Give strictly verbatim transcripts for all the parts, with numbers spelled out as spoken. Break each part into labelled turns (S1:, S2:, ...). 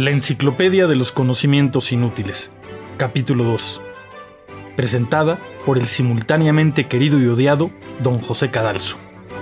S1: La Enciclopedia de los Conocimientos Inútiles, capítulo dos. Presentada por el simultáneamente querido y odiado Don José Cadalso.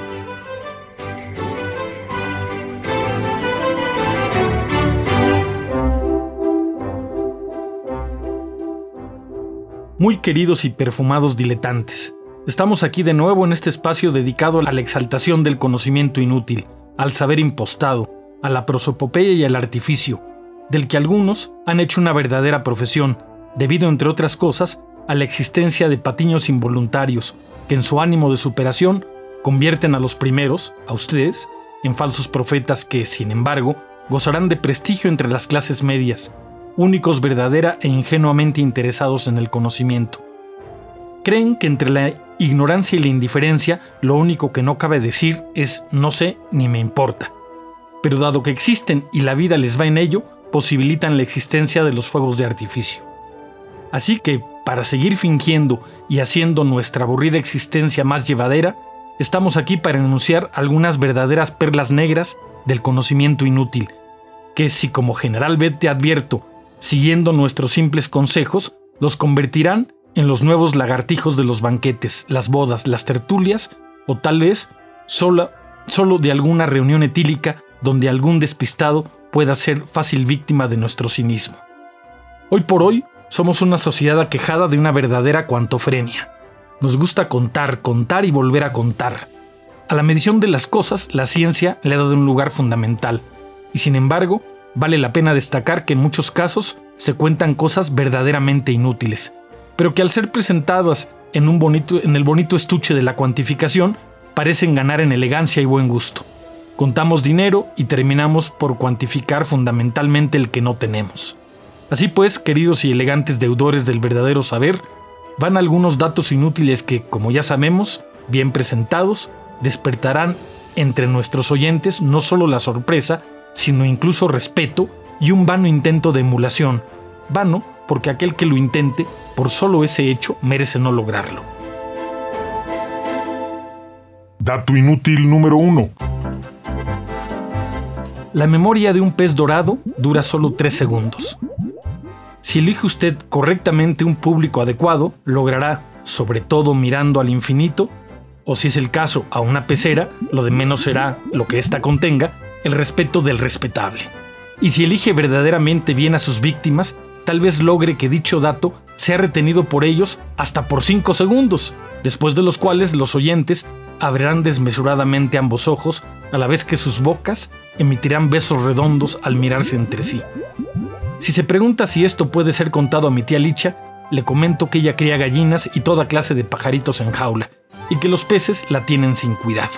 S1: Muy queridos y perfumados diletantes, estamos aquí de nuevo en este espacio dedicado a la exaltación del conocimiento inútil, al saber impostado, a la prosopopeya y al artificio, del que algunos han hecho una verdadera profesión, debido, entre otras cosas, a la existencia de patiños involuntarios, que en su ánimo de superación convierten a los primeros, a ustedes, en falsos profetas que, sin embargo, gozarán de prestigio entre las clases medias, únicos verdadera e ingenuamente interesados en el conocimiento. Creen que entre la ignorancia y la indiferencia, lo único que no cabe decir es no sé ni me importa. Pero dado que existen y la vida les va en ello, posibilitan la existencia de los fuegos de artificio. Así que, para seguir fingiendo y haciendo nuestra aburrida existencia más llevadera, estamos aquí para enunciar algunas verdaderas perlas negras del conocimiento inútil, que si como general B te advierto, siguiendo nuestros simples consejos, los convertirán en los nuevos lagartijos de los banquetes, las bodas, las tertulias, o tal vez solo, solo de alguna reunión etílica donde algún despistado pueda ser fácil víctima de nuestro cinismo. Hoy por hoy, somos una sociedad aquejada de una verdadera cuantofrenia. Nos gusta contar, contar y volver a contar. A la medición de las cosas, la ciencia le ha dado un lugar fundamental. Y sin embargo, vale la pena destacar que en muchos casos se cuentan cosas verdaderamente inútiles, pero que al ser presentadas en, un bonito, en el bonito estuche de la cuantificación, parecen ganar en elegancia y buen gusto. Contamos dinero y terminamos por cuantificar fundamentalmente el que no tenemos. Así pues, queridos y elegantes deudores del verdadero saber, van algunos datos inútiles que, como ya sabemos, bien presentados, despertarán entre nuestros oyentes no solo la sorpresa, sino incluso respeto y un vano intento de emulación. Vano porque aquel que lo intente, por solo ese hecho, merece no lograrlo.
S2: Dato inútil número uno.
S1: La memoria de un pez dorado dura solo tres segundos. Si elige usted correctamente un público adecuado, logrará, sobre todo mirando al infinito, o si es el caso a una pecera, lo de menos será lo que ésta contenga, el respeto del respetable. Y si elige verdaderamente bien a sus víctimas, tal vez logre que dicho dato sea retenido por ellos hasta por cinco segundos, después de los cuales los oyentes abrirán desmesuradamente ambos ojos, a la vez que sus bocas emitirán besos redondos al mirarse entre sí. Si se pregunta si esto puede ser contado a mi tía Licha, le comento que ella cría gallinas y toda clase de pajaritos en jaula, y que los peces la tienen sin cuidado.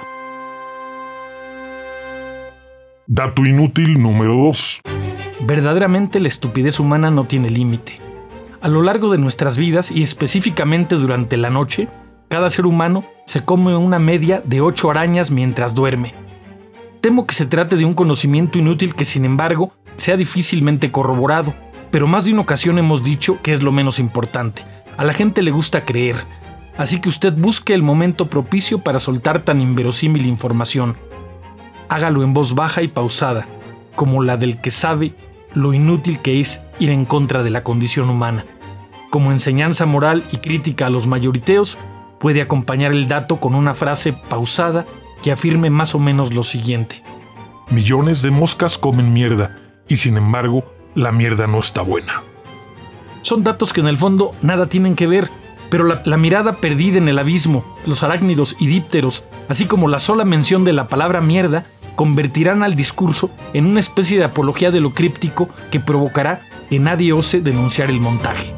S2: Dato inútil número dos.
S1: Verdaderamente la estupidez humana no tiene límite. A lo largo de nuestras vidas y específicamente durante la noche, cada ser humano se come una media de ocho arañas mientras duerme. Temo que se trate de un conocimiento inútil que, sin embargo, sea difícilmente corroborado, pero más de una ocasión hemos dicho que es lo menos importante. A la gente le gusta creer, así que usted busque el momento propicio para soltar tan inverosímil información. Hágalo en voz baja y pausada, como la del que sabe lo inútil que es ir en contra de la condición humana. Como enseñanza moral y crítica a los mayoriteos, puede acompañar el dato con una frase pausada que afirme más o menos lo siguiente:
S2: millones de moscas comen mierda, y sin embargo, la mierda no está buena.
S1: Son datos que en el fondo nada tienen que ver, pero la, la mirada perdida en el abismo, los arácnidos y dípteros, así como la sola mención de la palabra mierda, convertirán al discurso en una especie de apología de lo críptico que provocará que nadie ose denunciar el montaje.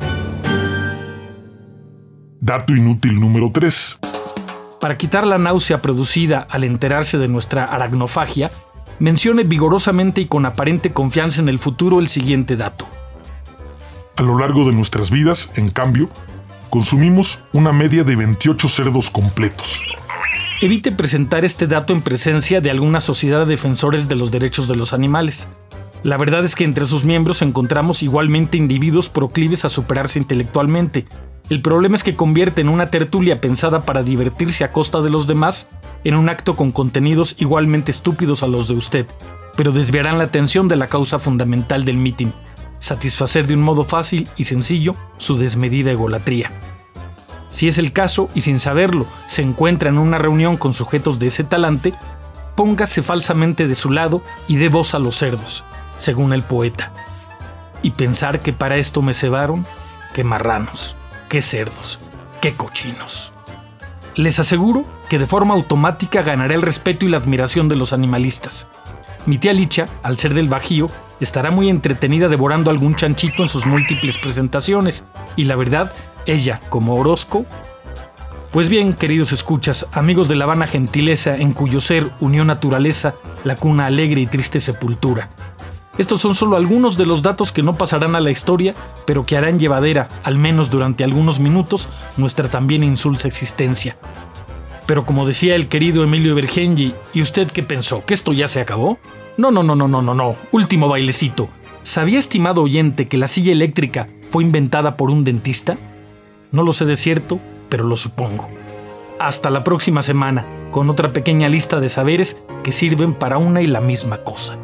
S2: Dato inútil número tres.
S1: Para quitar la náusea producida al enterarse de nuestra aracnofagia, mencione vigorosamente y con aparente confianza en el futuro el siguiente dato.
S2: A lo largo de nuestras vidas, en cambio, consumimos una media de veintiocho cerdos completos.
S1: Evite presentar este dato en presencia de alguna sociedad de defensores de los derechos de los animales. La verdad es que entre sus miembros encontramos igualmente individuos proclives a superarse intelectualmente. El problema es que convierte en una tertulia pensada para divertirse a costa de los demás en un acto con contenidos igualmente estúpidos a los de usted, pero desviarán la atención de la causa fundamental del mitin: satisfacer de un modo fácil y sencillo su desmedida egolatría. Si es el caso y sin saberlo se encuentra en una reunión con sujetos de ese talante, póngase falsamente de su lado y dé voz a los cerdos, según el poeta. Y pensar que para esto me cebaron, qué marranos, qué cerdos, qué cochinos. Les aseguro que de forma automática ganaré el respeto y la admiración de los animalistas. Mi tía Licha, al ser del Bajío, estará muy entretenida devorando algún chanchito en sus múltiples presentaciones, y la verdad, ella, como Orozco... Pues bien, queridos escuchas, amigos de la vana gentileza en cuyo ser unió naturaleza la cuna alegre y triste sepultura. Estos son solo algunos de los datos que no pasarán a la historia, pero que harán llevadera, al menos durante algunos minutos, nuestra también insulsa existencia. Pero como decía el querido Emilio Bergenji, ¿y usted qué pensó? ¿Que esto ya se acabó? No, no, no, no, no, no, no. Último bailecito. ¿Sabía, estimado oyente, que la silla eléctrica fue inventada por un dentista? No lo sé de cierto, pero lo supongo. Hasta la próxima semana, con otra pequeña lista de saberes que sirven para una y la misma cosa.